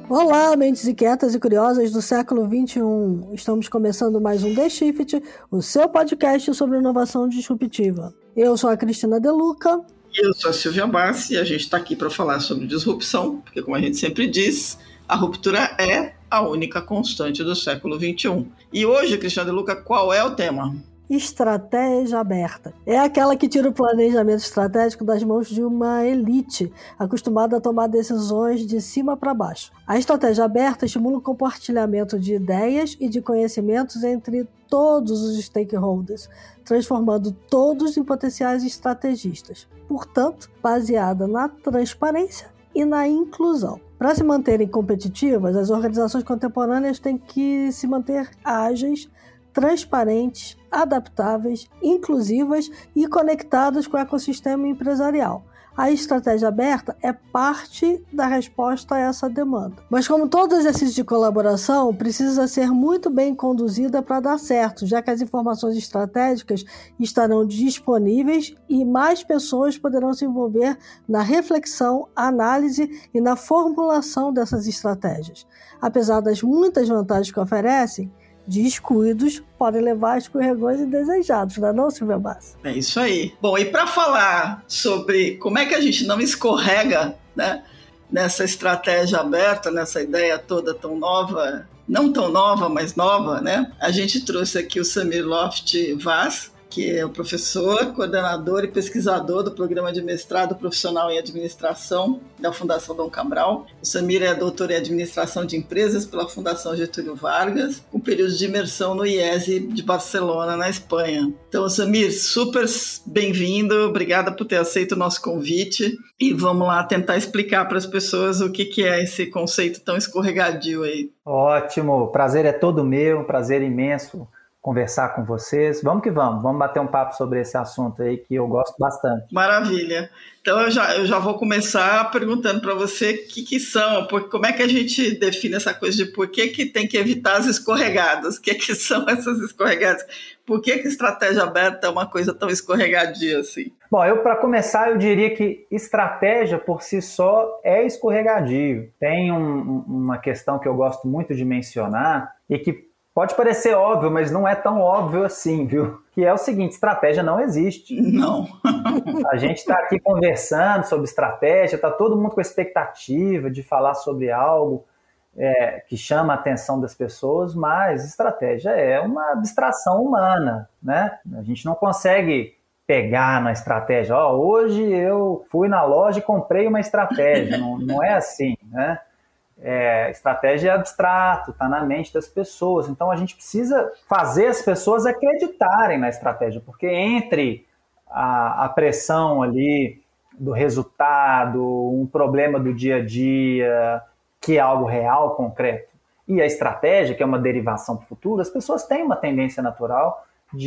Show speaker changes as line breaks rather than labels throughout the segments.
Olá, mentes inquietas e curiosas do século XXI. Estamos começando mais um The Shift, o seu podcast sobre inovação disruptiva. Eu sou a Cristina De Luca.
E eu sou a Silvia Bassi e a gente está aqui para falar sobre disrupção, porque como a gente sempre diz, a ruptura é a única constante do século XXI. E hoje, Cristina De Luca, qual é o tema?
Estratégia aberta. É aquela que tira o planejamento estratégico das mãos de uma elite, acostumada a tomar decisões de cima para baixo. A estratégia aberta estimula o compartilhamento de ideias e de conhecimentos entre todos os stakeholders, transformando todos em potenciais estrategistas. Portanto, baseada na transparência e na inclusão. Para se manterem competitivas, as organizações contemporâneas têm que se manter ágeis, transparentes, adaptáveis, inclusivas e conectadas com o ecossistema empresarial. A estratégia aberta é parte da resposta a essa demanda. Mas como todo exercício de colaboração, precisa ser muito bem conduzida para dar certo, já que as informações estratégicas estarão disponíveis e mais pessoas poderão se envolver na reflexão, análise e na formulação dessas estratégias. Apesar das muitas vantagens que oferecem, descuidos podem levar a escorregões indesejados, não é não, Silvia Bassi?
É isso aí. Bom, e para falar sobre como é que a gente não escorrega, né, nessa estratégia aberta, nessa ideia toda tão nova, não tão nova, mas nova, né? A gente trouxe aqui o Samir Loft-Vaz, que é o professor, coordenador e pesquisador do programa de mestrado profissional em administração da Fundação Dom Cabral. O Samir é doutor em administração de empresas pela Fundação Getúlio Vargas, com período de imersão no IESE de Barcelona, na Espanha. Então, Samir, super bem-vindo, obrigada por ter aceito o nosso convite e vamos lá tentar explicar para as pessoas o que é esse conceito tão escorregadio aí.
Ótimo, o prazer é todo meu, um prazer imenso conversar com vocês. Vamos que vamos bater um papo sobre esse assunto aí que eu gosto bastante.
Maravilha. Então eu já vou começar perguntando para você o que são, como é que a gente define essa coisa de por que tem que evitar as escorregadas, o que são essas escorregadas, por que estratégia aberta é uma coisa tão escorregadia assim?
Bom, para começar eu diria que estratégia por si só é escorregadio. Tem uma questão que eu gosto muito de mencionar e que pode parecer óbvio, mas não é tão óbvio assim, viu? Que é o seguinte, estratégia não existe.
Não.
A gente está aqui conversando sobre estratégia, está todo mundo com a expectativa de falar sobre algo que chama a atenção das pessoas, mas estratégia é uma abstração humana, né? A gente não consegue pegar na estratégia. Hoje eu fui na loja e comprei uma estratégia. Não é assim, né? Estratégia é abstrato, está na mente das pessoas. Então a gente precisa fazer as pessoas acreditarem na estratégia, porque entre a pressão ali do resultado, um problema do dia a dia, que é algo real, concreto, e a estratégia, que é uma derivação para o futuro, as pessoas têm uma tendência natural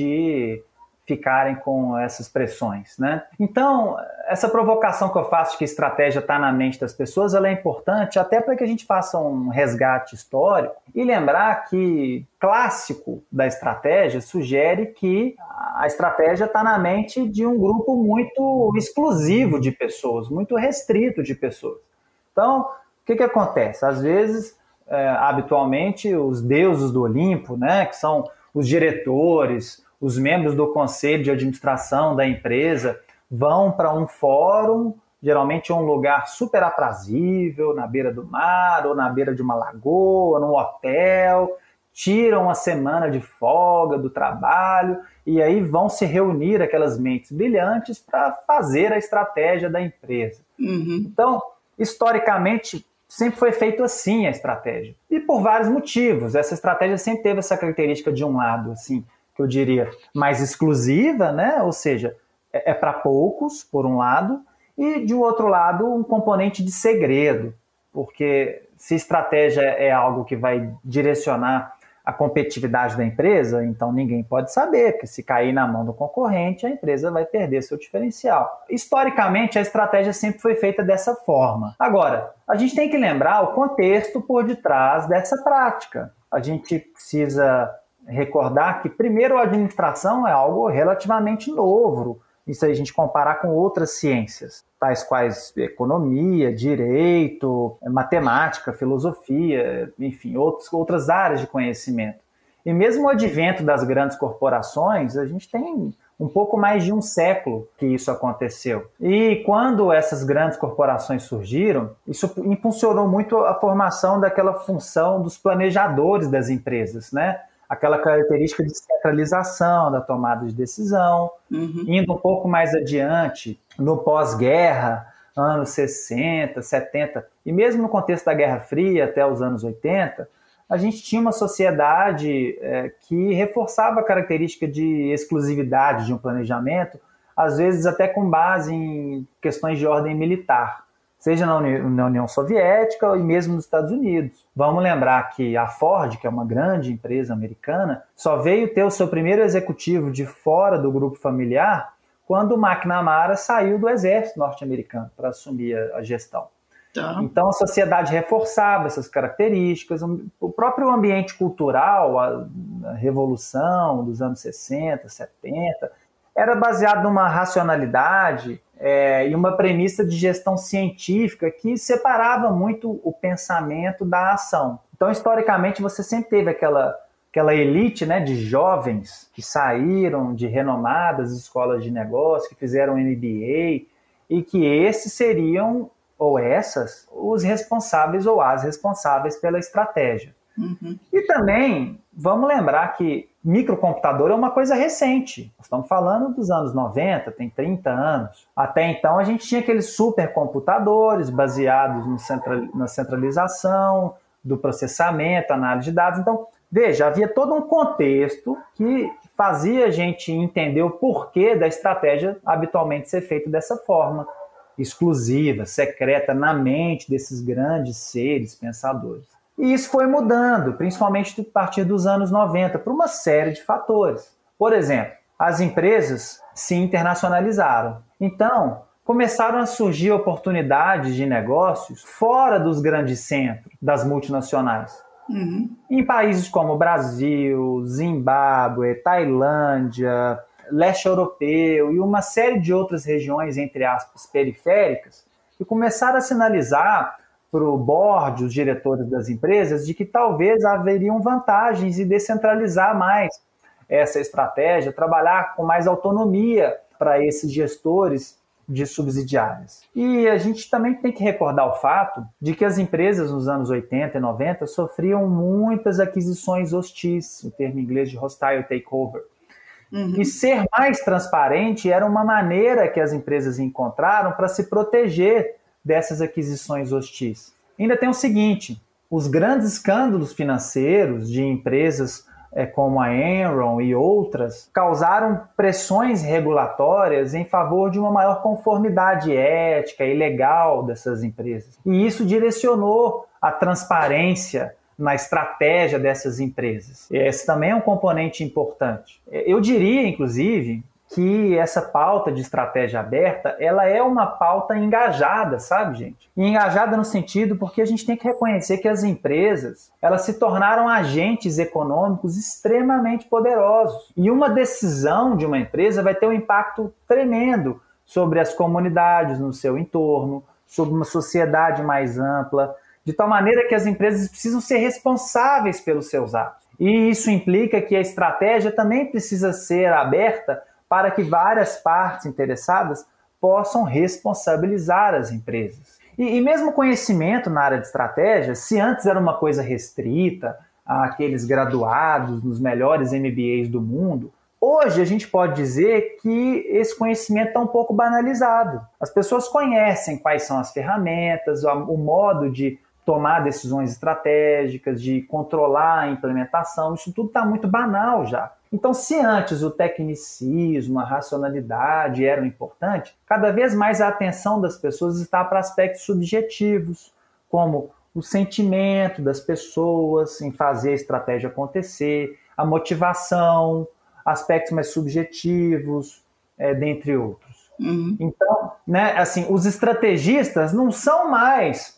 de ficarem com essas pressões, né? Então, essa provocação que eu faço de que a estratégia está na mente das pessoas, ela é importante até para que a gente faça um resgate histórico e lembrar que clássico da estratégia sugere que a estratégia está na mente de um grupo muito exclusivo de pessoas, muito restrito de pessoas. Então, o que acontece? Às vezes, habitualmente, os deuses do Olimpo, né, que são os diretores, os membros do conselho de administração da empresa vão para um fórum, geralmente um lugar super aprazível, na beira do mar, ou na beira de uma lagoa, num hotel, tiram uma semana de folga do trabalho e aí vão se reunir aquelas mentes brilhantes para fazer a estratégia da empresa.
Uhum.
Então, historicamente, sempre foi feito assim a estratégia. E por vários motivos. Essa estratégia sempre teve essa característica de um lado, assim, que eu diria, mais exclusiva, né? Ou seja, é para poucos, por um lado, e de um outro lado, um componente de segredo, porque se estratégia é algo que vai direcionar a competitividade da empresa, então ninguém pode saber, porque se cair na mão do concorrente, a empresa vai perder seu diferencial. Historicamente, a estratégia sempre foi feita dessa forma. Agora, a gente tem que lembrar o contexto por detrás dessa prática. A gente precisa recordar que, primeiro, a administração é algo relativamente novo isso aí a gente comparar com outras ciências, tais quais economia, direito, matemática, filosofia, enfim, outras áreas de conhecimento. E mesmo o advento das grandes corporações, a gente tem um pouco mais de um século que isso aconteceu. E quando essas grandes corporações surgiram, isso impulsionou muito a formação daquela função dos planejadores das empresas, né? Aquela característica de centralização da tomada de decisão. Indo um pouco mais adiante, no pós-guerra, anos 60, 70, e mesmo no contexto da Guerra Fria até os anos 80, a gente tinha uma sociedade que reforçava a característica de exclusividade de um planejamento, às vezes até com base em questões de ordem militar, seja na União Soviética e mesmo nos Estados Unidos. Vamos lembrar que a Ford, que é uma grande empresa americana, só veio ter o seu primeiro executivo de fora do grupo familiar quando o McNamara saiu do exército norte-americano para assumir a gestão. Então a sociedade reforçava essas características, o próprio ambiente cultural, a revolução dos anos 60, 70, era baseado numa racionalidade e uma premissa de gestão científica que separava muito o pensamento da ação. Então, historicamente, você sempre teve aquela elite, né, de jovens que saíram de renomadas escolas de negócio, que fizeram MBA, e que esses seriam, ou essas, os responsáveis ou as responsáveis pela estratégia. E também, vamos lembrar que microcomputador é uma coisa recente. Nós estamos falando dos anos 90, tem 30 anos. Até então, a gente tinha aqueles supercomputadores baseados na centralização do processamento, análise de dados. Então, veja, havia todo um contexto que fazia a gente entender o porquê da estratégia habitualmente ser feita dessa forma, exclusiva, secreta, na mente desses grandes seres pensadores. E isso foi mudando, principalmente a partir dos anos 90, por uma série de fatores. Por exemplo, as empresas se internacionalizaram. Então, começaram a surgir oportunidades de negócios fora dos grandes centros das multinacionais. Em países como Brasil, Zimbábue, Tailândia, leste europeu e uma série de outras regiões, entre aspas, periféricas, que começaram a sinalizar para o board, os diretores das empresas, de que talvez haveriam vantagens em descentralizar mais essa estratégia, trabalhar com mais autonomia para esses gestores de subsidiárias. E a gente também tem que recordar o fato de que as empresas nos anos 80 e 90 sofriam muitas aquisições hostis, o termo em inglês de hostile takeover. E ser mais transparente era uma maneira que as empresas encontraram para se proteger dessas aquisições hostis. Ainda tem o seguinte, os grandes escândalos financeiros de empresas como a Enron e outras causaram pressões regulatórias em favor de uma maior conformidade ética e legal dessas empresas. E isso direcionou a transparência na estratégia dessas empresas. Esse também é um componente importante. Eu diria, inclusive, que essa pauta de estratégia aberta, ela é uma pauta engajada, sabe, gente? E engajada no sentido porque a gente tem que reconhecer que as empresas, elas se tornaram agentes econômicos extremamente poderosos. E uma decisão de uma empresa vai ter um impacto tremendo sobre as comunidades no seu entorno, sobre uma sociedade mais ampla, de tal maneira que as empresas precisam ser responsáveis pelos seus atos. E isso implica que a estratégia também precisa ser aberta para que várias partes interessadas possam responsabilizar as empresas. E mesmo conhecimento na área de estratégia, se antes era uma coisa restrita àqueles graduados nos melhores MBAs do mundo, hoje a gente pode dizer que esse conhecimento está um pouco banalizado. As pessoas conhecem quais são as ferramentas, o modo de tomar decisões estratégicas, de controlar a implementação, isso tudo está muito banal já. Então, se antes o tecnicismo, a racionalidade eram importantes, cada vez mais a atenção das pessoas está para aspectos subjetivos, como o sentimento das pessoas em fazer a estratégia acontecer, a motivação, aspectos mais subjetivos, dentre outros. Então, né, assim, os estrategistas não são mais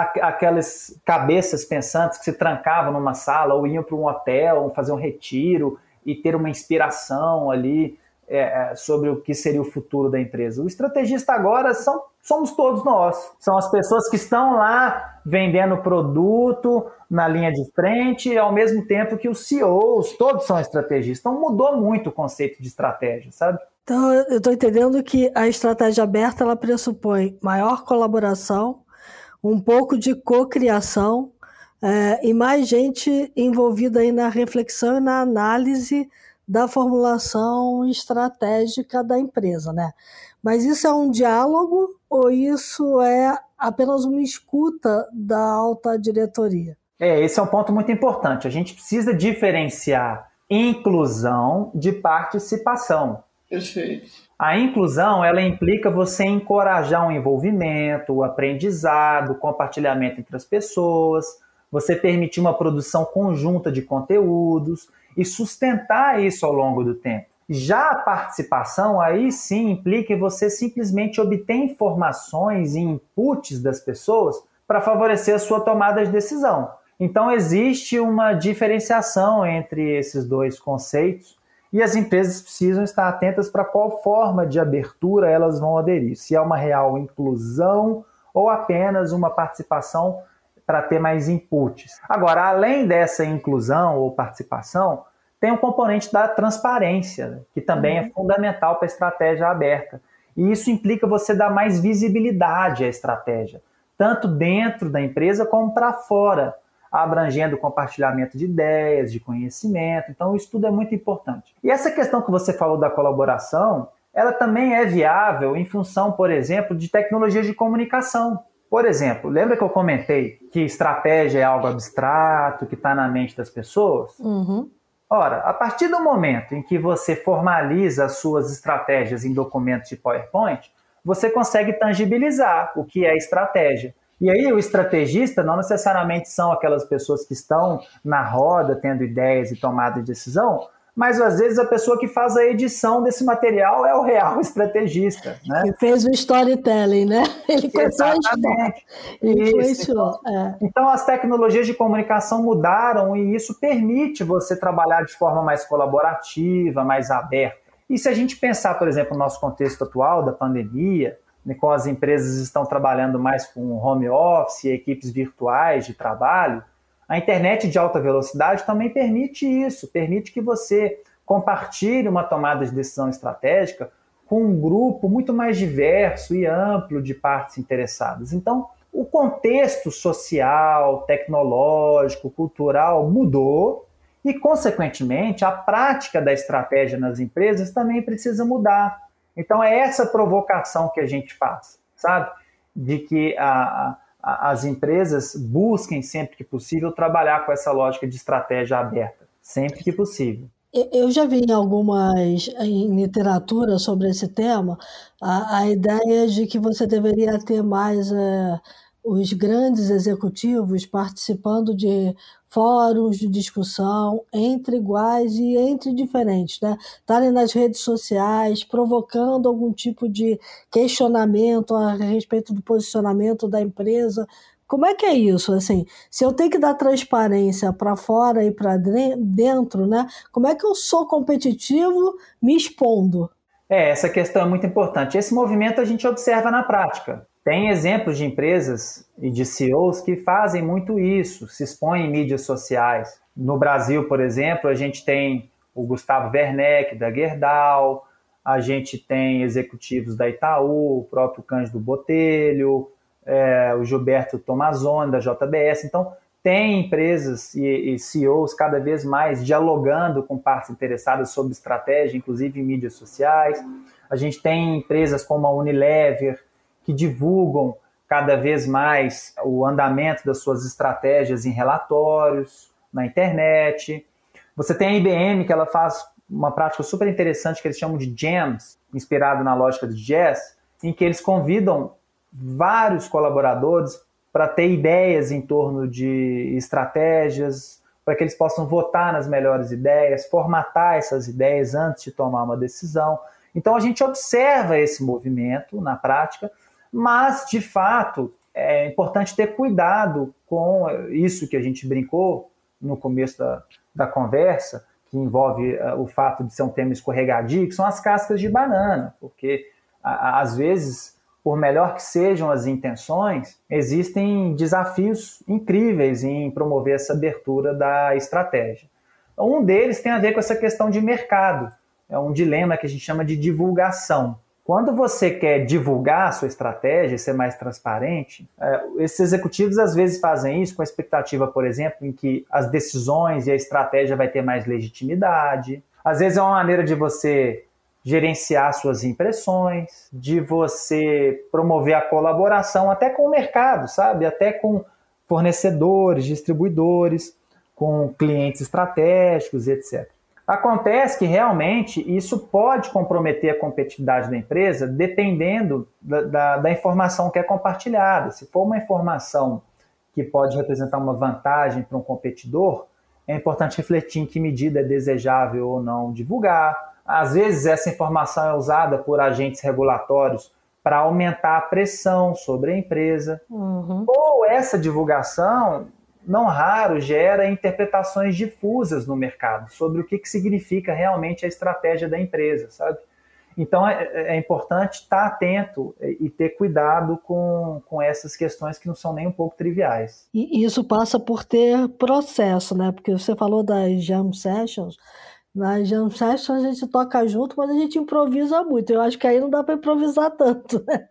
aquelas cabeças pensantes que se trancavam numa sala ou iam para um hotel, ou fazer um retiro e ter uma inspiração ali sobre o que seria o futuro da empresa. O estrategista agora somos todos nós. São as pessoas que estão lá vendendo produto na linha de frente, ao mesmo tempo que os CEOs, todos são estrategistas. Então mudou muito o conceito de estratégia, sabe?
Então eu estou entendendo que a estratégia aberta ela pressupõe maior colaboração, um pouco de cocriação e mais gente envolvida aí na reflexão e na análise da formulação estratégica da empresa, né? Mas isso é um diálogo ou isso é apenas uma escuta da alta diretoria?
Esse é um ponto muito importante. A gente precisa diferenciar inclusão de participação.
Perfeito.
A inclusão, ela implica você encorajar um envolvimento, o aprendizado, o compartilhamento entre as pessoas, você permitir uma produção conjunta de conteúdos e sustentar isso ao longo do tempo. Já a participação, aí sim, implica em você simplesmente obter informações e inputs das pessoas para favorecer a sua tomada de decisão. Então, existe uma diferenciação entre esses dois conceitos e as empresas precisam estar atentas para qual forma de abertura elas vão aderir. Se é uma real inclusão ou apenas uma participação para ter mais inputs. Agora, além dessa inclusão ou participação, tem um componente da transparência, que também é fundamental para a estratégia aberta. E isso implica você dar mais visibilidade à estratégia, tanto dentro da empresa como para fora, abrangendo o compartilhamento de ideias, de conhecimento. Então, isso tudo é muito importante. E essa questão que você falou da colaboração, ela também é viável em função, por exemplo, de tecnologias de comunicação. Por exemplo, lembra que eu comentei que estratégia é algo abstrato, que está na mente das pessoas?
Uhum.
Ora, a partir do momento em que você formaliza as suas estratégias em documentos de PowerPoint, você consegue tangibilizar o que é estratégia. E aí o estrategista não necessariamente são aquelas pessoas que estão na roda tendo ideias e tomada de decisão, mas às vezes a pessoa que faz a edição desse material é o real estrategista, né?
Que fez o storytelling, né? Ele contou a história. Influenciou.
Então as tecnologias de comunicação mudaram e isso permite você trabalhar de forma mais colaborativa, mais aberta. E se a gente pensar, por exemplo, no nosso contexto atual da pandemia, né, com as empresas estão trabalhando mais com home office, equipes virtuais de trabalho, a internet de alta velocidade também permite isso, permite que você compartilhe uma tomada de decisão estratégica com um grupo muito mais diverso e amplo de partes interessadas. Então, o contexto social, tecnológico, cultural mudou e, consequentemente, a prática da estratégia nas empresas também precisa mudar. Então, é essa provocação que a gente faz, sabe? De que as empresas busquem, sempre que possível, trabalhar com essa lógica de estratégia aberta, sempre que possível.
Eu já vi em literatura sobre esse tema a ideia de que você deveria ter mais os grandes executivos participando de fóruns de discussão entre iguais e entre diferentes, né? Estarem nas redes sociais, provocando algum tipo de questionamento a respeito do posicionamento da empresa. Como é que é isso? Assim, se eu tenho que dar transparência para fora e para dentro, né? Como é que eu sou competitivo me expondo?
Essa questão é muito importante. Esse movimento a gente observa na prática. Tem exemplos de empresas e de CEOs que fazem muito isso, se expõem em mídias sociais. No Brasil, por exemplo, a gente tem o Gustavo Werneck, da Gerdau, a gente tem executivos da Itaú, o próprio Cândido Botelho, o Gilberto Tomazoni, da JBS. Então, tem empresas e CEOs cada vez mais dialogando com partes interessadas sobre estratégia, inclusive em mídias sociais. A gente tem empresas como a Unilever, que divulgam cada vez mais o andamento das suas estratégias em relatórios, na internet. Você tem a IBM, que ela faz uma prática super interessante que eles chamam de Jams, inspirado na lógica do Jazz, em que eles convidam vários colaboradores para ter ideias em torno de estratégias, para que eles possam votar nas melhores ideias, formatar essas ideias antes de tomar uma decisão. Então a gente observa esse movimento na prática, mas, de fato, é importante ter cuidado com isso que a gente brincou no começo da conversa, que envolve o fato de ser um tema escorregadio, que são as cascas de banana, porque às vezes, por melhor que sejam as intenções, existem desafios incríveis em promover essa abertura da estratégia. Um deles tem a ver com essa questão de mercado, é um dilema que a gente chama de divulgação. Quando você quer divulgar a sua estratégia, ser mais transparente, esses executivos às vezes fazem isso com a expectativa, por exemplo, em que as decisões e a estratégia vai ter mais legitimidade. Às vezes é uma maneira de você gerenciar suas impressões, de você promover a colaboração até com o mercado, sabe? Até com fornecedores, distribuidores, com clientes estratégicos, etc. Acontece que realmente isso pode comprometer a competitividade da empresa dependendo da informação que é compartilhada. Se for uma informação que pode representar uma vantagem para um competidor, é importante refletir em que medida é desejável ou não divulgar. Às vezes essa informação é usada por agentes regulatórios para aumentar a pressão sobre a empresa. Ou essa divulgação, não raro, gera interpretações difusas no mercado sobre o que significa realmente a estratégia da empresa, sabe? Então é importante estar atento e ter cuidado com essas questões que não são nem um pouco triviais.
E isso passa por ter processo, né? Porque você falou das jam sessions. Nas jam sessions a gente toca junto, mas a gente improvisa muito. Eu acho que aí não dá para improvisar tanto, né?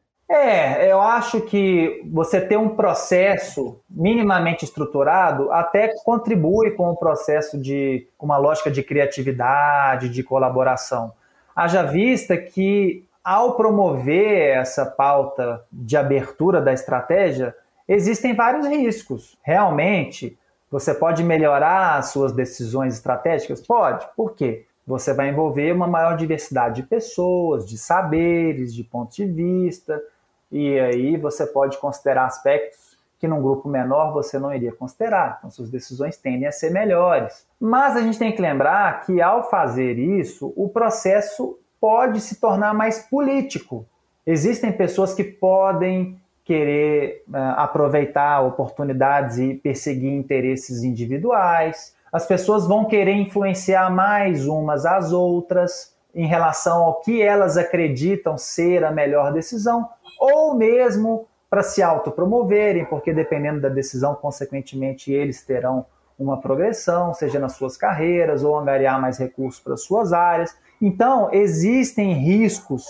Eu acho que você ter um processo minimamente estruturado até contribui com o processo de uma lógica de criatividade, de colaboração. Haja vista que, ao promover essa pauta de abertura da estratégia, existem vários riscos. Realmente, você pode melhorar as suas decisões estratégicas? Pode. Por quê? Você vai envolver uma maior diversidade de pessoas, de saberes, de pontos de vista, e aí você pode considerar aspectos que num grupo menor você não iria considerar. Então, suas decisões tendem a ser melhores. Mas a gente tem que lembrar que, ao fazer isso, o processo pode se tornar mais político. Existem pessoas que podem querer aproveitar oportunidades e perseguir interesses individuais. As pessoas vão querer influenciar mais umas às outras em relação ao que elas acreditam ser a melhor decisão, ou mesmo para se autopromoverem, porque dependendo da decisão, consequentemente, eles terão uma progressão, seja nas suas carreiras, ou angariar mais recursos para as suas áreas. Então, existem riscos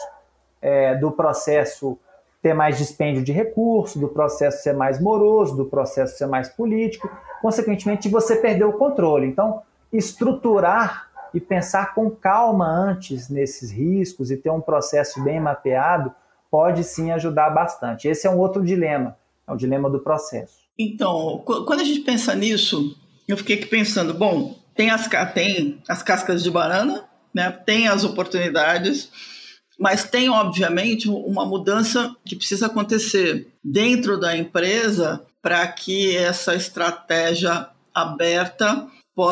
do processo ter mais dispêndio de recursos, do processo ser mais moroso, do processo ser mais político, consequentemente, você perder o controle. Então, estruturar e pensar com calma antes nesses riscos e ter um processo bem mapeado pode sim ajudar bastante. Esse é um outro dilema, é o dilema do processo.
Então, quando a gente pensa nisso, eu fiquei aqui pensando, bom, tem as cascas de banana, né? Tem as oportunidades, mas tem, obviamente, uma mudança que precisa acontecer dentro da empresa para que essa estratégia aberta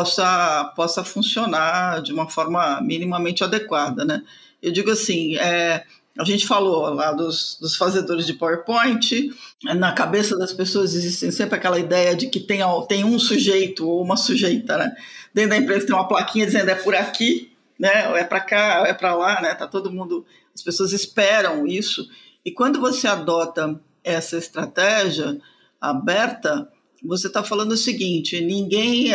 possa funcionar de uma forma minimamente adequada, né? Eu digo assim, a gente falou lá dos fazedores de PowerPoint, na cabeça das pessoas existe sempre aquela ideia de que tem um sujeito ou uma sujeita, né? Dentro da empresa tem uma plaquinha dizendo é por aqui, né? Ou é para cá, ou é para lá, né? Tá todo mundo, as pessoas esperam isso. E quando você adota essa estratégia aberta, você está falando o seguinte, ninguém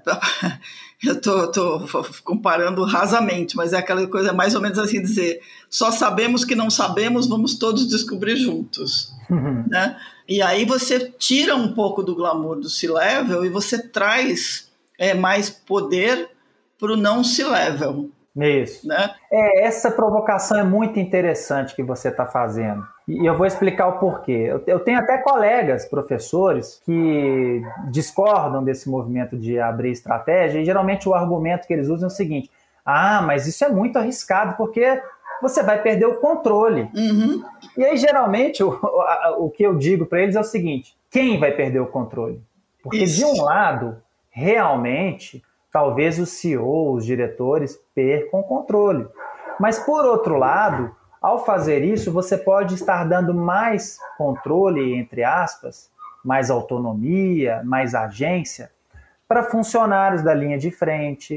eu estou comparando rasamente, mas é aquela coisa mais ou menos assim, dizer, só sabemos que não sabemos, vamos todos descobrir juntos. Né? E aí você tira um pouco do glamour do C-Level e você traz mais poder para o não C-Level.
Isso.
Né?
Essa provocação é muito interessante que você está fazendo. E eu vou explicar o porquê. Eu tenho até colegas, professores, que discordam desse movimento de abrir estratégia, e geralmente o argumento que eles usam é o seguinte: mas isso é muito arriscado, porque você vai perder o controle.
Uhum.
E aí, geralmente, o que eu digo para eles é o seguinte: quem vai perder o controle? Porque, de um lado, realmente, talvez os CEOs, os diretores, percam o controle. Mas, por outro lado, ao fazer isso, você pode estar dando mais controle, entre aspas, mais autonomia, mais agência, para funcionários da linha de frente,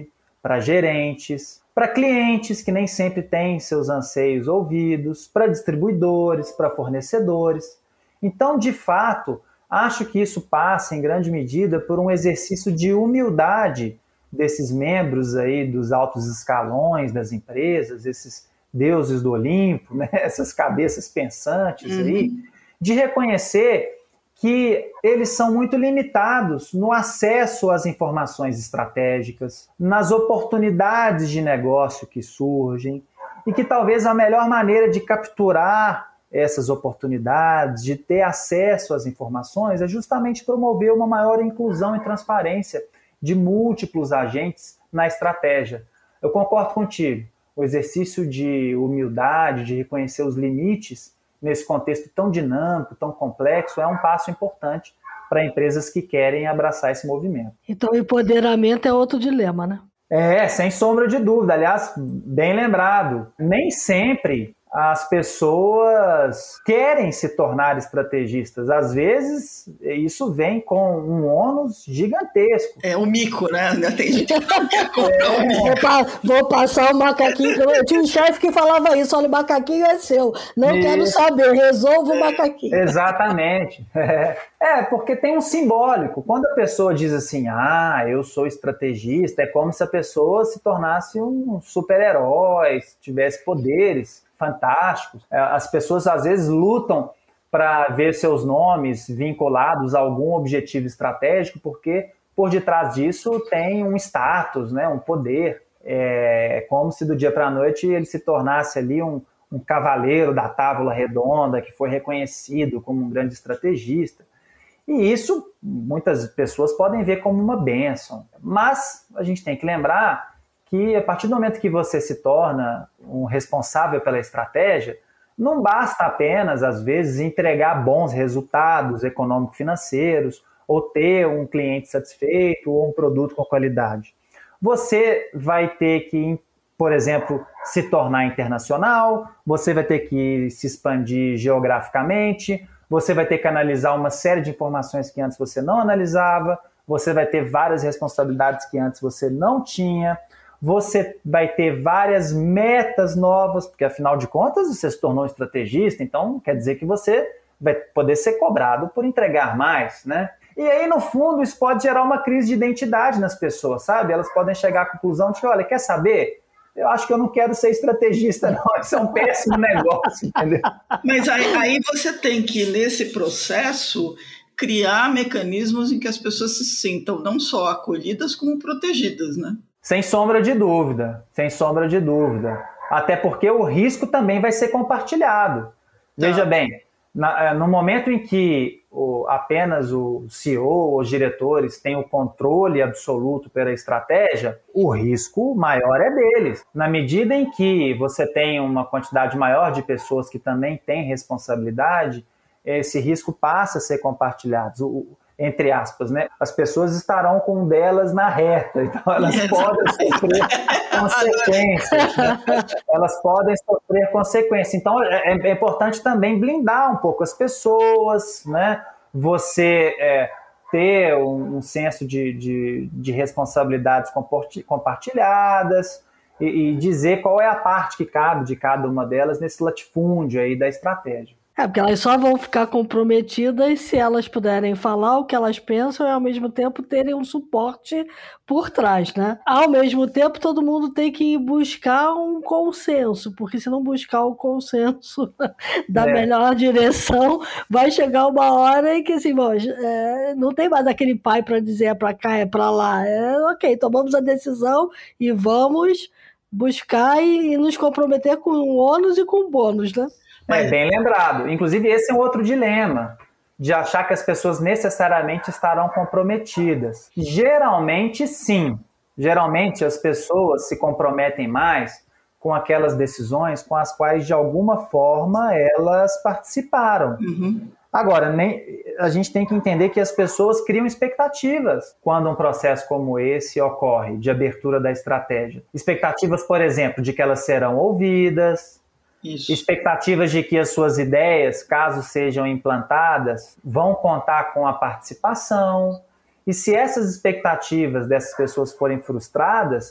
para gerentes, para clientes que nem sempre têm seus anseios ouvidos, para distribuidores, para fornecedores. Então, de fato, acho que isso passa, em grande medida, por um exercício de humildade desses membros aí dos altos escalões das empresas, esses deuses do Olimpo, né? Essas cabeças pensantes aí, de reconhecer que eles são muito limitados no acesso às informações estratégicas, nas oportunidades de negócio que surgem, e que talvez a melhor maneira de capturar essas oportunidades, de ter acesso às informações, é justamente promover uma maior inclusão e transparência de múltiplos agentes na estratégia. Eu concordo contigo. O exercício de humildade, de reconhecer os limites nesse contexto tão dinâmico, tão complexo, é um passo importante para empresas que querem abraçar esse movimento.
Então, o empoderamento é outro dilema, né?
Sem sombra de dúvida. Aliás, bem lembrado, nem sempre as pessoas querem se tornar estrategistas. Às vezes, isso vem com um ônus gigantesco.
É o mico, né? Tem gente que não quer comprar o mico.
Vou passar o macaquinho. Eu tinha um chefe que falava isso: olha, o macaquinho é seu. Não quero saber, resolva o macaquinho.
Exatamente. Porque tem um simbólico. Quando a pessoa diz assim, eu sou estrategista, é como se a pessoa se tornasse um super-herói, tivesse poderes fantásticos. As pessoas às vezes lutam para ver seus nomes vinculados a algum objetivo estratégico, porque por detrás disso tem um status, né, um poder. É como se do dia para a noite ele se tornasse ali um cavaleiro da Távola Redonda, que foi reconhecido como um grande estrategista. E isso muitas pessoas podem ver como uma bênção. Mas a gente tem que lembrar que a partir do momento que você se torna um responsável pela estratégia, não basta apenas, às vezes, entregar bons resultados econômico-financeiros ou ter um cliente satisfeito ou um produto com qualidade. Você vai ter que, por exemplo, se tornar internacional, você vai ter que se expandir geograficamente, você vai ter que analisar uma série de informações que antes você não analisava, você vai ter várias responsabilidades que antes você não tinha, você vai ter várias metas novas, porque afinal de contas você se tornou um estrategista, então quer dizer que você vai poder ser cobrado por entregar mais, né? E aí, no fundo, isso pode gerar uma crise de identidade nas pessoas, sabe? Elas podem chegar à conclusão de que, olha, quer saber? Eu acho que eu não quero ser estrategista, não. Isso é um péssimo negócio, entendeu?
Mas aí você tem que, nesse processo, criar mecanismos em que as pessoas se sintam não só acolhidas, como protegidas, né?
Sem sombra de dúvida, sem sombra de dúvida. Até porque o risco também vai ser compartilhado. Veja bem, no momento em que apenas o CEO, os diretores têm o controle absoluto pela estratégia, o risco maior é deles. Na medida em que você tem uma quantidade maior de pessoas que também têm responsabilidade, esse risco passa a ser compartilhado. Entre aspas, né? As pessoas estarão com um delas na reta, então elas podem sofrer consequências. Né? Elas podem sofrer consequências. Então é importante também blindar um pouco as pessoas, né? Você ter um senso de responsabilidades compartilhadas e dizer qual é a parte que cabe de cada uma delas nesse latifúndio aí da estratégia.
Porque elas só vão ficar comprometidas se elas puderem falar o que elas pensam e, ao mesmo tempo, terem um suporte por trás, né? Ao mesmo tempo, todo mundo tem que buscar um consenso, porque se não buscar o consenso da melhor direção, vai chegar uma hora em que, assim, não tem mais aquele pai para dizer é para cá, é para lá. Ok, tomamos a decisão e vamos buscar e nos comprometer com o ônus e com o bônus, né?
Bem lembrado. Inclusive, esse é um outro dilema, de achar que as pessoas necessariamente estarão comprometidas. Geralmente, sim. Geralmente, as pessoas se comprometem mais com aquelas decisões com as quais, de alguma forma, elas participaram.
Uhum.
Agora, a gente tem que entender que as pessoas criam expectativas quando um processo como esse ocorre, de abertura da estratégia. Expectativas, por exemplo, de que elas serão ouvidas,
isso.
Expectativas de que as suas ideias, caso sejam implantadas, vão contar com a participação. E se essas expectativas dessas pessoas forem frustradas,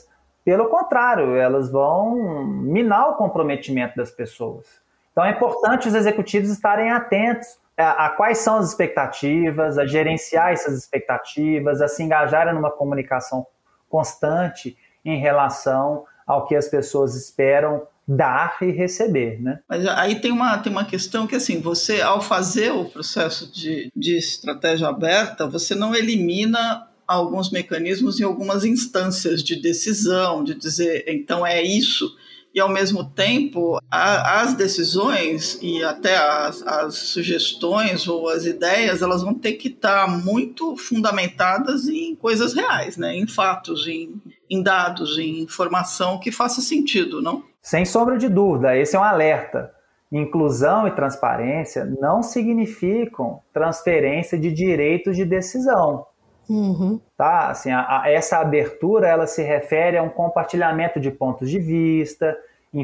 Pelo contrário, elas vão minar o comprometimento das pessoas. Então é importante os executivos estarem atentos a quais são as expectativas, a gerenciar essas expectativas, a se engajarem numa comunicação constante em relação ao que as pessoas esperam dar e receber, né?
Mas aí tem uma questão que, assim, você, ao fazer o processo de estratégia aberta, você não elimina alguns mecanismos em algumas instâncias de decisão, de dizer, então é isso, e ao mesmo tempo as decisões e até as sugestões ou as ideias, elas vão ter que estar muito fundamentadas em coisas reais, né? Em fatos, em dados, em informação que faça sentido, não?
Sem sombra de dúvida, esse é um alerta. Inclusão e transparência não significam transferência de direitos de decisão.
Uhum.
Tá? Assim, essa abertura ela se refere a um compartilhamento de pontos de vista,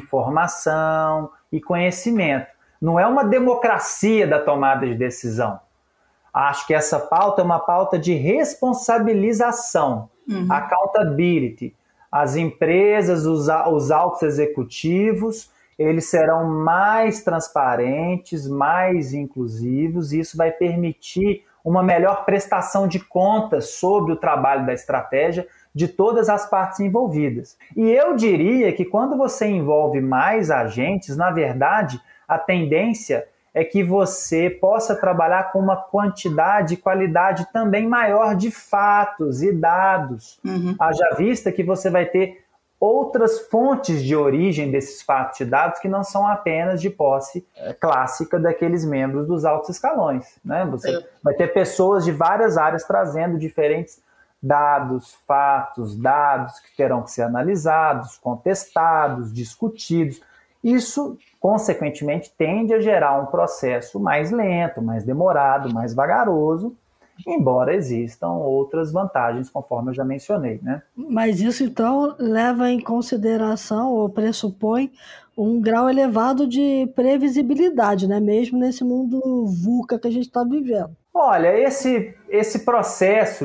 informação e conhecimento. Não é uma democracia da tomada de decisão. Acho que essa pauta é uma pauta de responsabilização, accountability. As empresas, os altos executivos, eles serão mais transparentes, mais inclusivos, e isso vai permitir uma melhor prestação de contas sobre o trabalho da estratégia de todas as partes envolvidas. E eu diria que quando você envolve mais agentes, na verdade, a tendência é que você possa trabalhar com uma quantidade e qualidade também maior de fatos e dados. Haja vista que você vai ter outras fontes de origem desses fatos e dados que não são apenas de posse clássica daqueles membros dos altos escalões, né? Você vai ter pessoas de várias áreas trazendo diferentes dados, fatos, dados que terão que ser analisados, contestados, discutidos. Isso, consequentemente, tende a gerar um processo mais lento, mais demorado, mais vagaroso, embora existam outras vantagens, conforme eu já mencionei, né?
Mas isso, então, leva em consideração ou pressupõe um grau elevado de previsibilidade, né? Mesmo nesse mundo VUCA que a gente está vivendo.
Olha, esse processo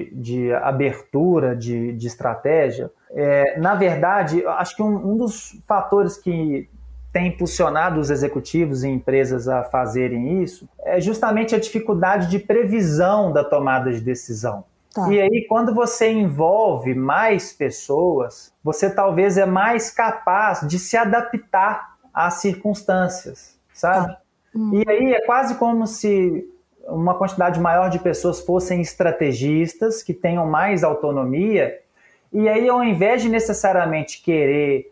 de abertura de estratégia, na verdade, acho que um dos fatores que tem impulsionado os executivos e empresas a fazerem isso é justamente a dificuldade de previsão da tomada de decisão. Tá. E aí, quando você envolve mais pessoas, você talvez é mais capaz de se adaptar às circunstâncias, sabe? Tá. E aí é quase como se uma quantidade maior de pessoas fossem estrategistas, que tenham mais autonomia, e aí, ao invés de necessariamente querer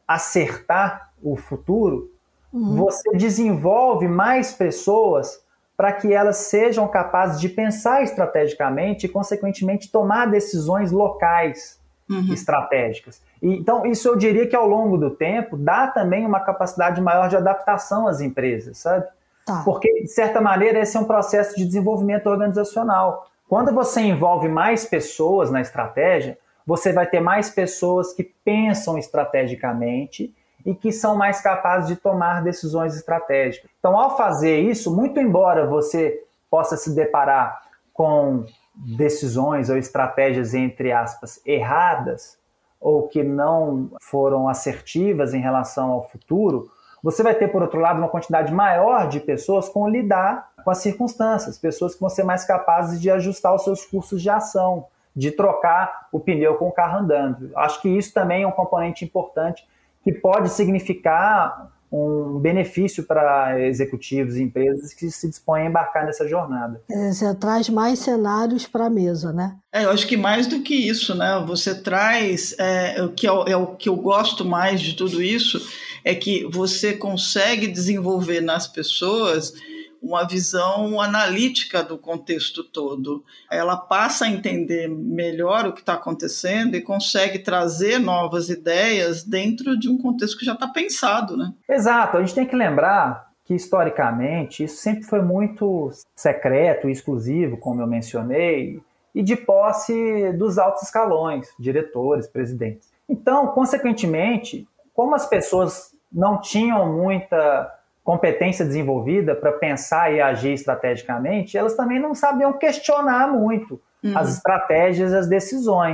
acertar o futuro, você desenvolve mais pessoas para que elas sejam capazes de pensar estrategicamente e, consequentemente, tomar decisões locais estratégicas. Então, isso eu diria que, ao longo do tempo, dá também uma capacidade maior de adaptação às empresas, sabe? Tá. Porque, de certa maneira, esse é um processo de desenvolvimento organizacional. Quando você envolve mais pessoas na estratégia, você vai ter mais pessoas que pensam estrategicamente e que são mais capazes de tomar decisões estratégicas. Então, ao fazer isso, muito embora você possa se deparar com decisões ou estratégias, entre aspas, erradas, ou que não foram assertivas em relação ao futuro, você vai ter, por outro lado, uma quantidade maior de pessoas com lidar com as circunstâncias, pessoas que vão ser mais capazes de ajustar os seus cursos de ação, de trocar o pneu com o carro andando. Acho que isso também é um componente importante que pode significar um benefício para executivos e empresas que se dispõem a embarcar nessa jornada.
Você traz mais cenários para a mesa, né?
Eu acho que mais do que isso, né? Você traz, o que eu gosto mais de tudo isso, é que você consegue desenvolver nas pessoas uma visão analítica do contexto todo. Ela passa a entender melhor o que está acontecendo e consegue trazer novas ideias dentro de um contexto que já está pensado, né?
Exato. A gente tem que lembrar que, historicamente, isso sempre foi muito secreto e exclusivo, como eu mencionei, e de posse dos altos escalões, diretores, presidentes. Então, consequentemente, como as pessoas não tinham muita competência desenvolvida para pensar e agir estrategicamente, elas também não sabiam questionar muito as estratégias e as decisões.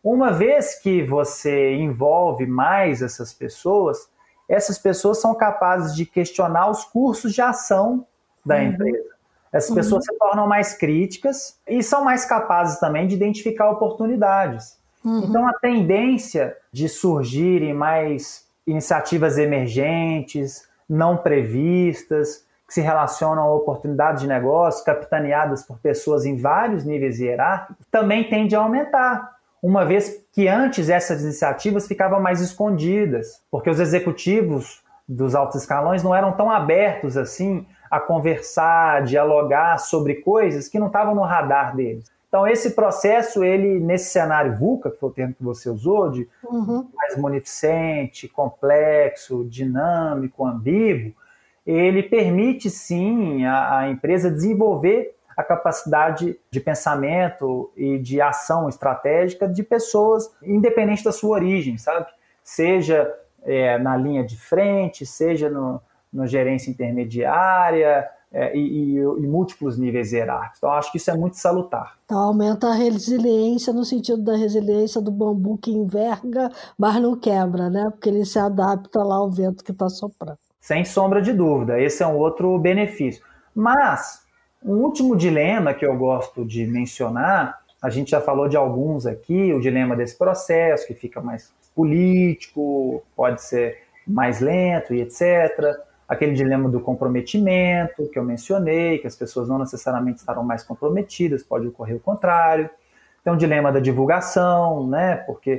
uma vez que você envolve mais essas pessoas são capazes de questionar os cursos de ação da empresa. Essas pessoas se tornam mais críticas e são mais capazes também de identificar oportunidades. Então, a tendência de surgirem mais iniciativas emergentes, não previstas, que se relacionam a oportunidades de negócio, capitaneadas por pessoas em vários níveis hierárquicos, também tende a aumentar, uma vez que antes essas iniciativas ficavam mais escondidas, porque os executivos dos altos escalões não eram tão abertos assim a conversar, dialogar sobre coisas que não estavam no radar deles. Então, esse processo, ele, nesse cenário VUCA, que foi o termo que você usou, de mais munificente, complexo, dinâmico, ambíguo, ele permite, sim, a empresa desenvolver a capacidade de pensamento e de ação estratégica de pessoas, independente da sua origem, sabe? Seja na linha de frente, seja no gerência intermediária, e múltiplos níveis hierárquicos. Então, acho que isso é muito salutar.
Então, aumenta a resiliência no sentido da resiliência do bambu que enverga, mas não quebra, né? Porque ele se adapta lá ao vento que está soprando.
Sem sombra de dúvida, esse é um outro benefício. Mas, um último dilema que eu gosto de mencionar, a gente já falou de alguns aqui, o dilema desse processo, que fica mais político, pode ser mais lento e etc., aquele dilema do comprometimento que eu mencionei, que as pessoas não necessariamente estarão mais comprometidas, pode ocorrer o contrário. Tem um dilema da divulgação, né? Porque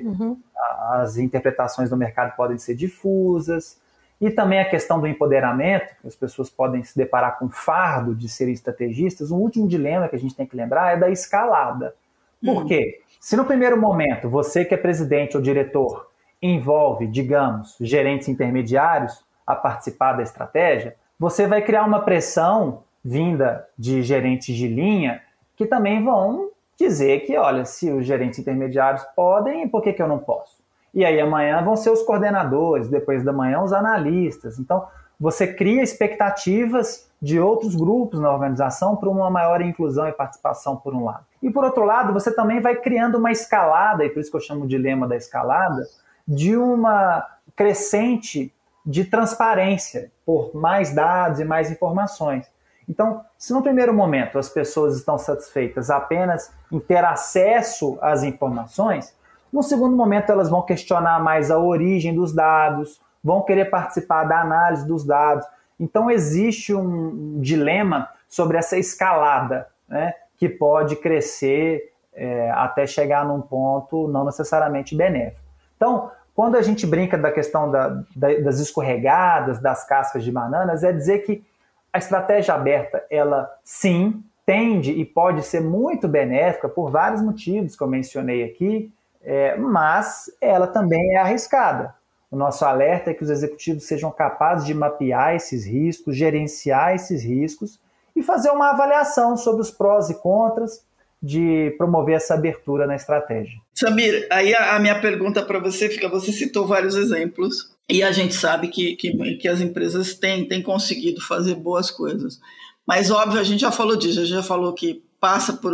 as interpretações do mercado podem ser difusas. E também a questão do empoderamento, que as pessoas podem se deparar com o fardo de serem estrategistas. Um último dilema que a gente tem que lembrar é da escalada. Por quê? Se no primeiro momento você que é presidente ou diretor envolve, digamos, gerentes intermediários a participar da estratégia, você vai criar uma pressão vinda de gerentes de linha que também vão dizer que, olha, se os gerentes intermediários podem, por que eu não posso? E aí amanhã vão ser os coordenadores, depois da manhã os analistas. Então, você cria expectativas de outros grupos na organização para uma maior inclusão e participação por um lado. E por outro lado, você também vai criando uma escalada, e por isso que eu chamo o dilema da escalada, de uma crescente de transparência por mais dados e mais informações. Então, se no primeiro momento as pessoas estão satisfeitas apenas em ter acesso às informações, no segundo momento elas vão questionar mais a origem dos dados, vão querer participar da análise dos dados. Então, existe um dilema sobre essa escalada, né, que pode crescer até chegar num ponto não necessariamente benéfico. Então, quando a gente brinca da questão das escorregadas, das cascas de bananas, é dizer que a estratégia aberta, ela sim tende e pode ser muito benéfica por vários motivos que eu mencionei aqui, mas ela também é arriscada. O nosso alerta é que os executivos sejam capazes de mapear esses riscos, gerenciar esses riscos e fazer uma avaliação sobre os prós e contras de promover essa abertura na estratégia.
Samir, aí a minha pergunta para você fica, você citou vários exemplos e a gente sabe que as empresas têm conseguido fazer boas coisas, mas óbvio, a gente já falou disso, a gente já falou que passa por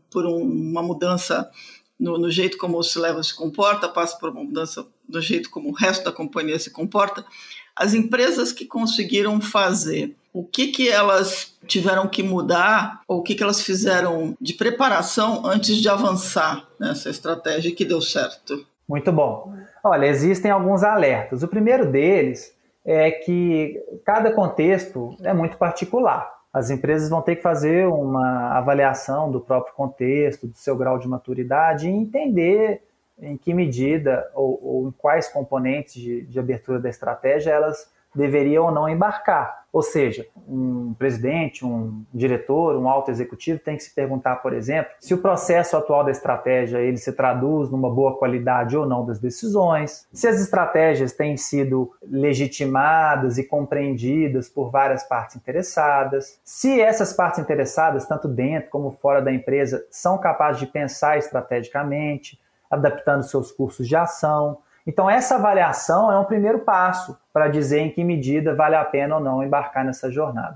uma mudança no jeito como o C-Level se comporta, passa por uma mudança no jeito como o resto da companhia se comporta. As empresas que conseguiram fazer, o que elas tiveram que mudar ou o que elas fizeram de preparação antes de avançar nessa estratégia que deu certo?
Muito bom. Olha, existem alguns alertas. O primeiro deles é que cada contexto é muito particular. As empresas vão ter que fazer uma avaliação do próprio contexto, do seu grau de maturidade e entender em que medida ou em quais componentes de abertura da estratégia elas deveriam ou não embarcar. Ou seja, um presidente, um diretor, um alto executivo tem que se perguntar, por exemplo, se o processo atual da estratégia ele se traduz numa boa qualidade ou não das decisões, se as estratégias têm sido legitimadas e compreendidas por várias partes interessadas, se essas partes interessadas, tanto dentro como fora da empresa, são capazes de pensar estrategicamente, adaptando seus cursos de ação. Então, essa avaliação é um primeiro passo para dizer em que medida vale a pena ou não embarcar nessa jornada.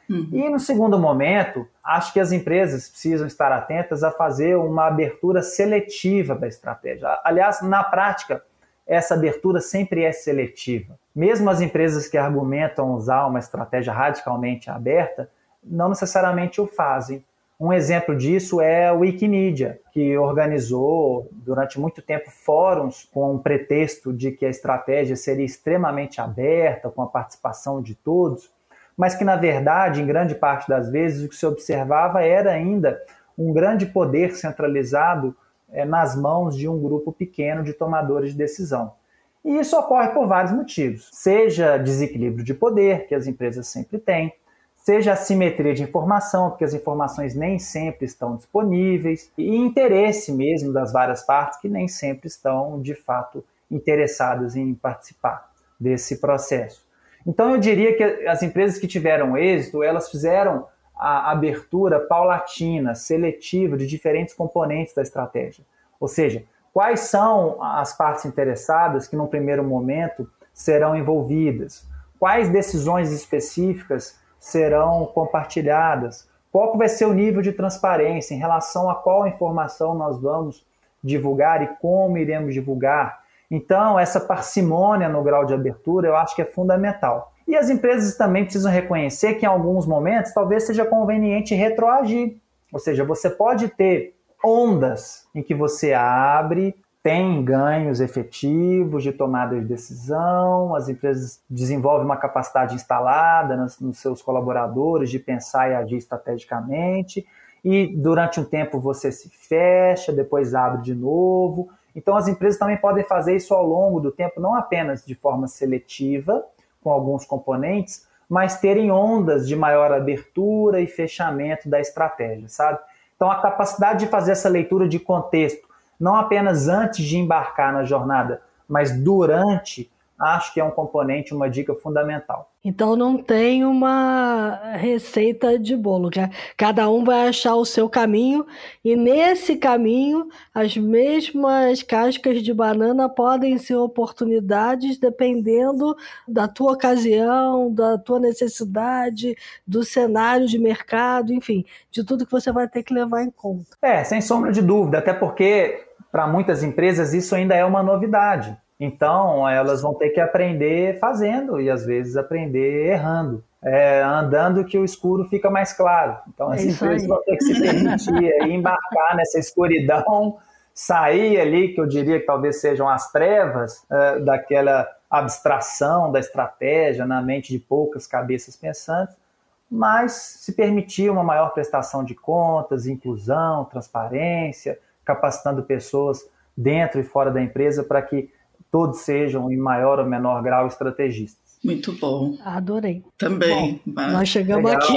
E no segundo momento, acho que as empresas precisam estar atentas a fazer uma abertura seletiva da estratégia. Aliás, na prática, essa abertura sempre é seletiva. Mesmo as empresas que argumentam usar uma estratégia radicalmente aberta, não necessariamente o fazem. Um exemplo disso é a Wikimedia, que organizou durante muito tempo fóruns com o pretexto de que a estratégia seria extremamente aberta, com a participação de todos, mas que, na verdade, em grande parte das vezes, o que se observava era ainda um grande poder centralizado nas mãos de um grupo pequeno de tomadores de decisão. E isso ocorre por vários motivos, seja desequilíbrio de poder, que as empresas sempre têm, seja assimetria de informação, porque as informações nem sempre estão disponíveis, e interesse mesmo das várias partes que nem sempre estão, de fato, interessadas em participar desse processo. Então, eu diria que as empresas que tiveram êxito, elas fizeram a abertura paulatina, seletiva, de diferentes componentes da estratégia. Ou seja, quais são as partes interessadas que, num primeiro momento, serão envolvidas? Quais decisões específicas serão compartilhadas? Qual vai ser o nível de transparência em relação a qual informação nós vamos divulgar e como iremos divulgar? Então, essa parcimônia no grau de abertura eu acho que é fundamental. E as empresas também precisam reconhecer que em alguns momentos talvez seja conveniente retroagir. Ou seja, você pode ter ondas em que você abre, tem ganhos efetivos de tomada de decisão, as empresas desenvolvem uma capacidade instalada nos seus colaboradores de pensar e agir estrategicamente, e durante um tempo você se fecha, depois abre de novo. Então as empresas também podem fazer isso ao longo do tempo, não apenas de forma seletiva, com alguns componentes, mas terem ondas de maior abertura e fechamento da estratégia, sabe? Então a capacidade de fazer essa leitura de contexto, não apenas antes de embarcar na jornada, mas durante, acho que é um componente, uma dica fundamental.
Então não tem uma receita de bolo, que cada um vai achar o seu caminho, e nesse caminho as mesmas cascas de banana podem ser oportunidades dependendo da tua ocasião, da tua necessidade, do cenário de mercado, enfim, de tudo que você vai ter que levar em conta.
Sem sombra de dúvida, até porque para muitas empresas isso ainda é uma novidade. Então, elas vão ter que aprender fazendo e, às vezes, aprender errando. Andando que o escuro fica mais claro. Então, as empresas vão ter que se permitir embarcar nessa escuridão, sair ali, que eu diria que talvez sejam as trevas daquela abstração da estratégia na mente de poucas cabeças pensantes, mas se permitir uma maior prestação de contas, inclusão, transparência, capacitando pessoas dentro e fora da empresa para que todos sejam, em maior ou menor grau, estrategistas.
Muito bom.
Adorei.
Também.
Bom, nós chegamos aqui.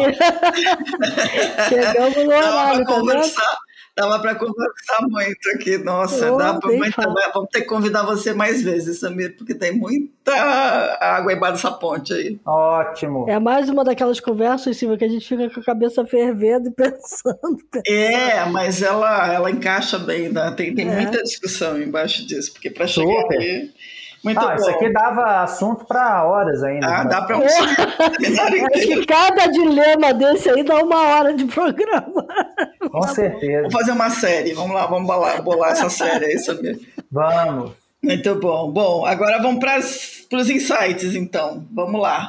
Chegamos no horário, tá vendo?
Dava para conversar muito aqui. Nossa, vamos ter que convidar você mais vezes, Samir, porque tem muita água embaixo dessa ponte aí.
Ótimo.
É mais uma daquelas conversas, Silvia, que a gente fica com a cabeça fervendo e pensando.
Mas ela encaixa bem, né? Tem muita discussão embaixo disso, porque para chegar aqui... Muito bom.
Isso aqui dava assunto para horas ainda.
Dá para
Acho que cada dilema desse aí dá 1 hora de programa.
Com certeza.
Vamos fazer uma série. Vamos lá, vamos bolar essa série aí, Samir.
Vamos.
Muito bom. Bom, agora vamos para os insights, então. Vamos lá.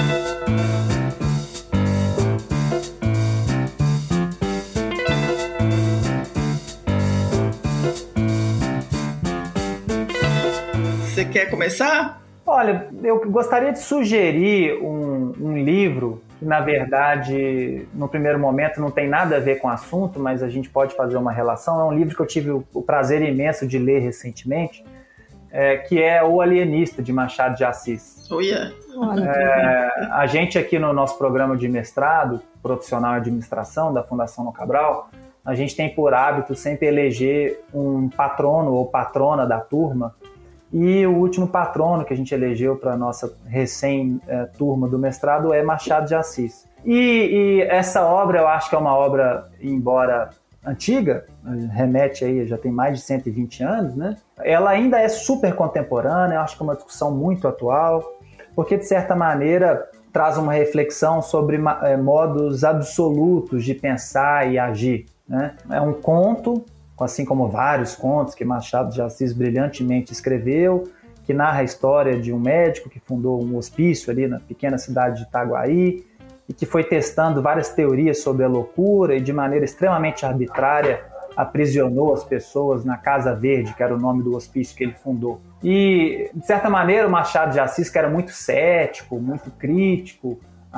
Você quer começar?
Olha, eu gostaria de sugerir um livro que, na verdade, no primeiro momento não tem nada a ver com o assunto, mas a gente pode fazer uma relação. É um livro que eu tive o prazer imenso de ler recentemente, que é O Alienista, de Machado de Assis. A gente aqui no nosso programa de mestrado, profissional em administração da Fundação No Cabral, a gente tem por hábito sempre eleger um patrono ou patrona da turma. E o último patrono que a gente elegeu para a nossa recém-turma do mestrado é Machado de Assis. E essa obra, eu acho que é uma obra, embora antiga, remete aí, já tem mais de 120 anos, né? Ela ainda é super contemporânea, eu acho que é uma discussão muito atual, porque, de certa maneira, traz uma reflexão sobre modos absolutos de pensar e agir, né? É um conto, assim como vários contos que Machado de Assis brilhantemente escreveu, que narra a história de um médico que fundou um hospício ali na pequena cidade de Itaguaí e que foi testando várias teorias sobre a loucura e de maneira extremamente arbitrária aprisionou as pessoas na Casa Verde, que era o nome do hospício que ele fundou. E, de certa maneira, o Machado de Assis, que era muito cético, muito crítico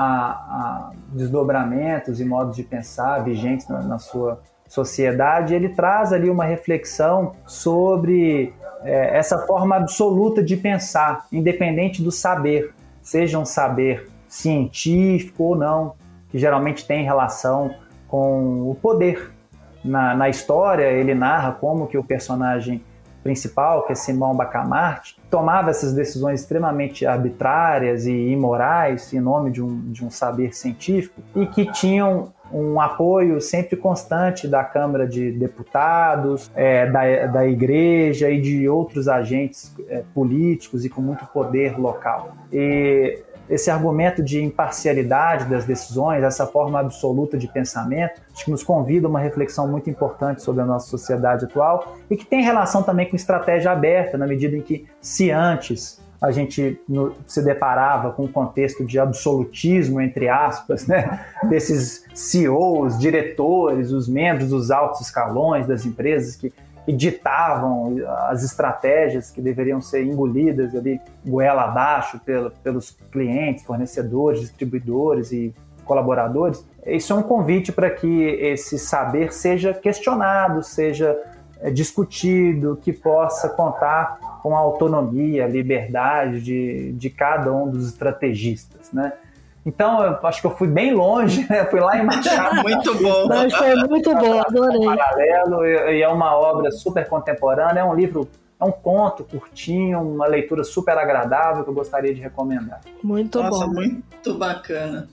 a desdobramentos e modos de pensar vigentes na sua sociedade, ele traz ali uma reflexão sobre essa forma absoluta de pensar, independente do saber, seja um saber científico ou não, que geralmente tem relação com o poder. Na história, ele narra como que o personagem principal, que é Simão Bacamarte, tomava essas decisões extremamente arbitrárias e imorais em nome de um saber científico e que tinham um apoio sempre constante da Câmara de Deputados, da Igreja e de outros agentes políticos e com muito poder local. E esse argumento de imparcialidade das decisões, essa forma absoluta de pensamento, acho que nos convida a uma reflexão muito importante sobre a nossa sociedade atual e que tem relação também com estratégia aberta, na medida em que, se antes a gente se deparava com um contexto de absolutismo, entre aspas, né, desses CEOs, diretores, os membros dos altos escalões das empresas que ditavam as estratégias que deveriam ser engolidas ali, goela abaixo pelos clientes, fornecedores, distribuidores e colaboradores. Isso é um convite para que esse saber seja questionado, seja discutido, que possa contar com a autonomia, a liberdade de cada um dos estrategistas, né? Então, eu acho que eu fui bem longe, né? Fui lá em Machado.
Muito bom.
Mas foi muito bom, adorei.
Paralelo, e é uma obra super contemporânea, é um livro, é um conto curtinho, uma leitura super agradável que eu gostaria de recomendar.
Muito bom.
Nossa, muito bacana.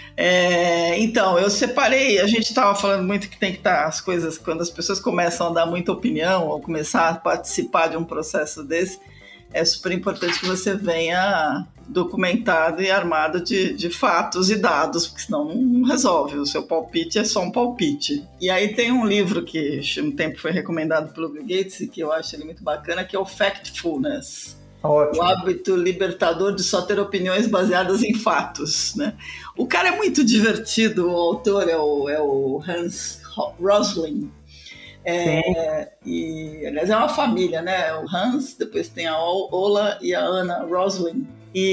Então, eu separei, a gente estava falando muito que tem que estar as coisas, quando as pessoas começam a dar muita opinião ou começar a participar de um processo desse, é super importante que você venha documentado e armado de fatos e dados, porque senão não resolve. O seu palpite é só um palpite. E aí tem um livro que um tempo foi recomendado pelo Bill Gates e que eu acho ele muito bacana, que é o Factfulness. Ótimo. O hábito libertador de só ter opiniões baseadas em fatos, né? O cara é muito divertido, o autor é o Hans Rosling. E, aliás, é uma família, né? O Hans, depois tem a Ola e a Ana Rosling.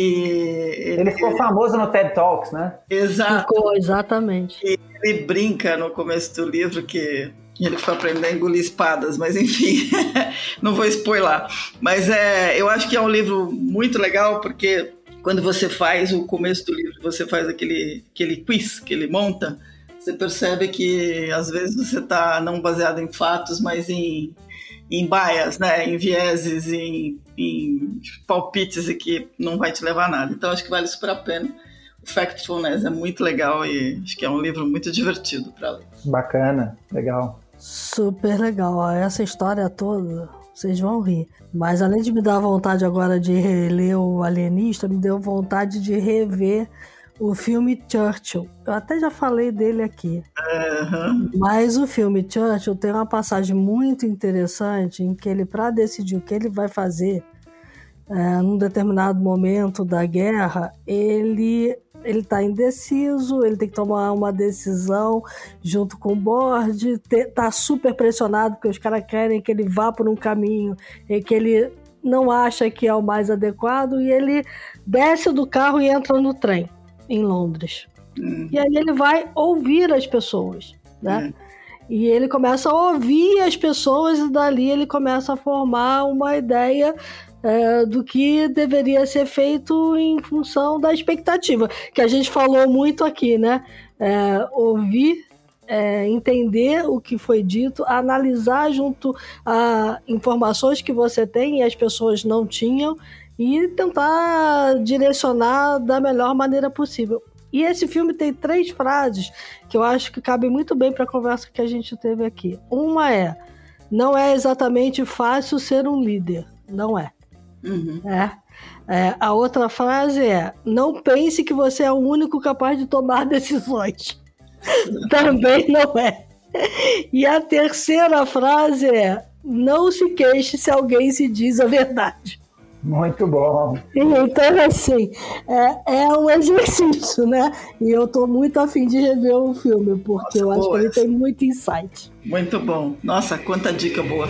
E
ele ficou famoso no TED Talks, né?
Exato.
Ficou, exatamente.
E ele brinca no começo do livro que ele foi aprender a engolir espadas, mas enfim, não vou spoiler. Mas eu acho que é um livro muito legal, porque quando você faz o começo do livro, você faz aquele quiz que ele monta, você percebe que às vezes você está não baseado em fatos, mas em bias, né? Em vieses, em palpites e que não vai te levar a nada. Então acho que vale super a pena. O Factfulness é muito legal e acho que é um livro muito divertido para ler.
Bacana, legal.
Super legal. Essa história toda, vocês vão rir. Mas além de me dar vontade agora de reler o Alienista, me deu vontade de rever o filme Churchill. Eu até já falei dele aqui.
Uhum.
Mas o filme Churchill tem uma passagem muito interessante em que ele, para decidir o que ele vai fazer num determinado momento da guerra, ele está indeciso, ele tem que tomar uma decisão junto com o board, tá super pressionado porque os caras querem que ele vá por um caminho e que ele não acha que é o mais adequado, e ele desce do carro e entra no trem em Londres. E aí ele vai ouvir as pessoas, né? E ele começa a ouvir as pessoas e dali ele começa a formar uma ideia do que deveria ser feito em função da expectativa, que a gente falou muito aqui, né? Ouvir, entender o que foi dito, analisar junto a informações que você tem e as pessoas não tinham, e tentar direcionar da melhor maneira possível. E esse filme tem 3 frases que eu acho que cabem muito bem para a conversa que a gente teve aqui. Uma não é exatamente fácil ser um líder. Não é.
Uhum.
A outra frase é: não pense que você é o único capaz de tomar decisões. Também não é. E a terceira frase é: não se queixe se alguém se diz a verdade.
Muito bom.
Então, assim, é um exercício, né? E eu tô muito afim de rever o filme, porque eu acho que ele tem muito insight.
Muito bom. Nossa, quanta dica boa.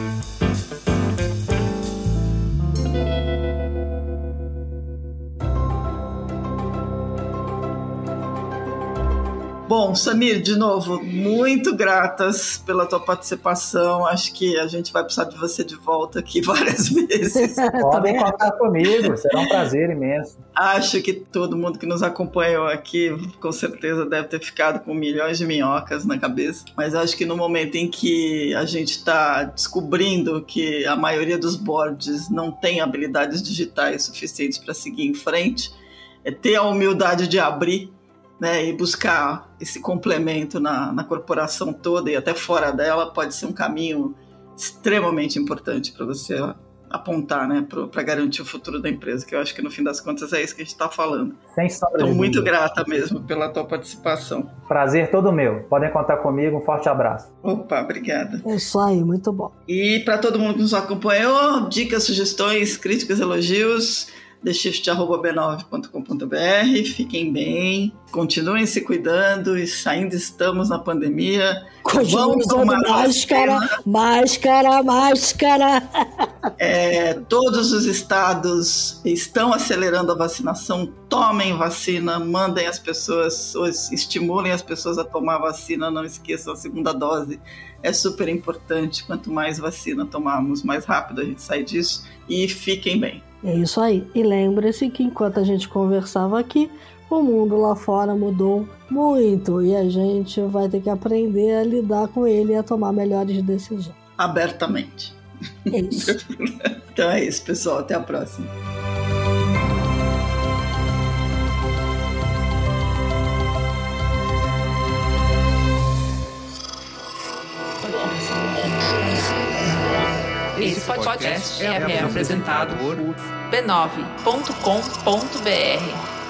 Bom, Samir, de novo, muito gratas pela tua participação. Acho que a gente vai precisar de você de volta aqui várias vezes.
Podem contar comigo, será um prazer imenso.
Acho que todo mundo que nos acompanhou aqui, com certeza deve ter ficado com milhões de minhocas na cabeça. Mas acho que no momento em que a gente está descobrindo que a maioria dos boards não tem habilidades digitais suficientes para seguir em frente, é ter a humildade de abrir, né, e buscar esse complemento na corporação toda e até fora dela pode ser um caminho extremamente importante para você apontar, né, para garantir o futuro da empresa, que eu acho que no fim das contas é isso que a gente está falando.
Sem sombra de dúvida.
Estou muito grata mesmo pela tua participação.
Prazer todo meu. Podem contar comigo. Um forte abraço.
Opa, obrigada.
É isso aí, muito bom.
E para todo mundo que nos acompanhou, dicas, sugestões, críticas, elogios, theshift@b9.com.br. Fiquem bem, continuem se cuidando e ainda estamos na pandemia.
Vamos tomar máscara.
Todos os estados estão acelerando a vacinação. Tomem vacina, mandem as pessoas, estimulem as pessoas a tomar vacina. Não esqueçam a segunda dose. É super importante. Quanto mais vacina tomarmos, mais rápido a gente sai disso. E fiquem bem.
É isso aí. E lembre-se que enquanto a gente conversava aqui, o mundo lá fora mudou muito e a gente vai ter que aprender a lidar com ele e a tomar melhores decisões.
Abertamente.
É isso.
Então é isso, pessoal. Até a próxima.
Esse podcast é apresentado por b9.com.br.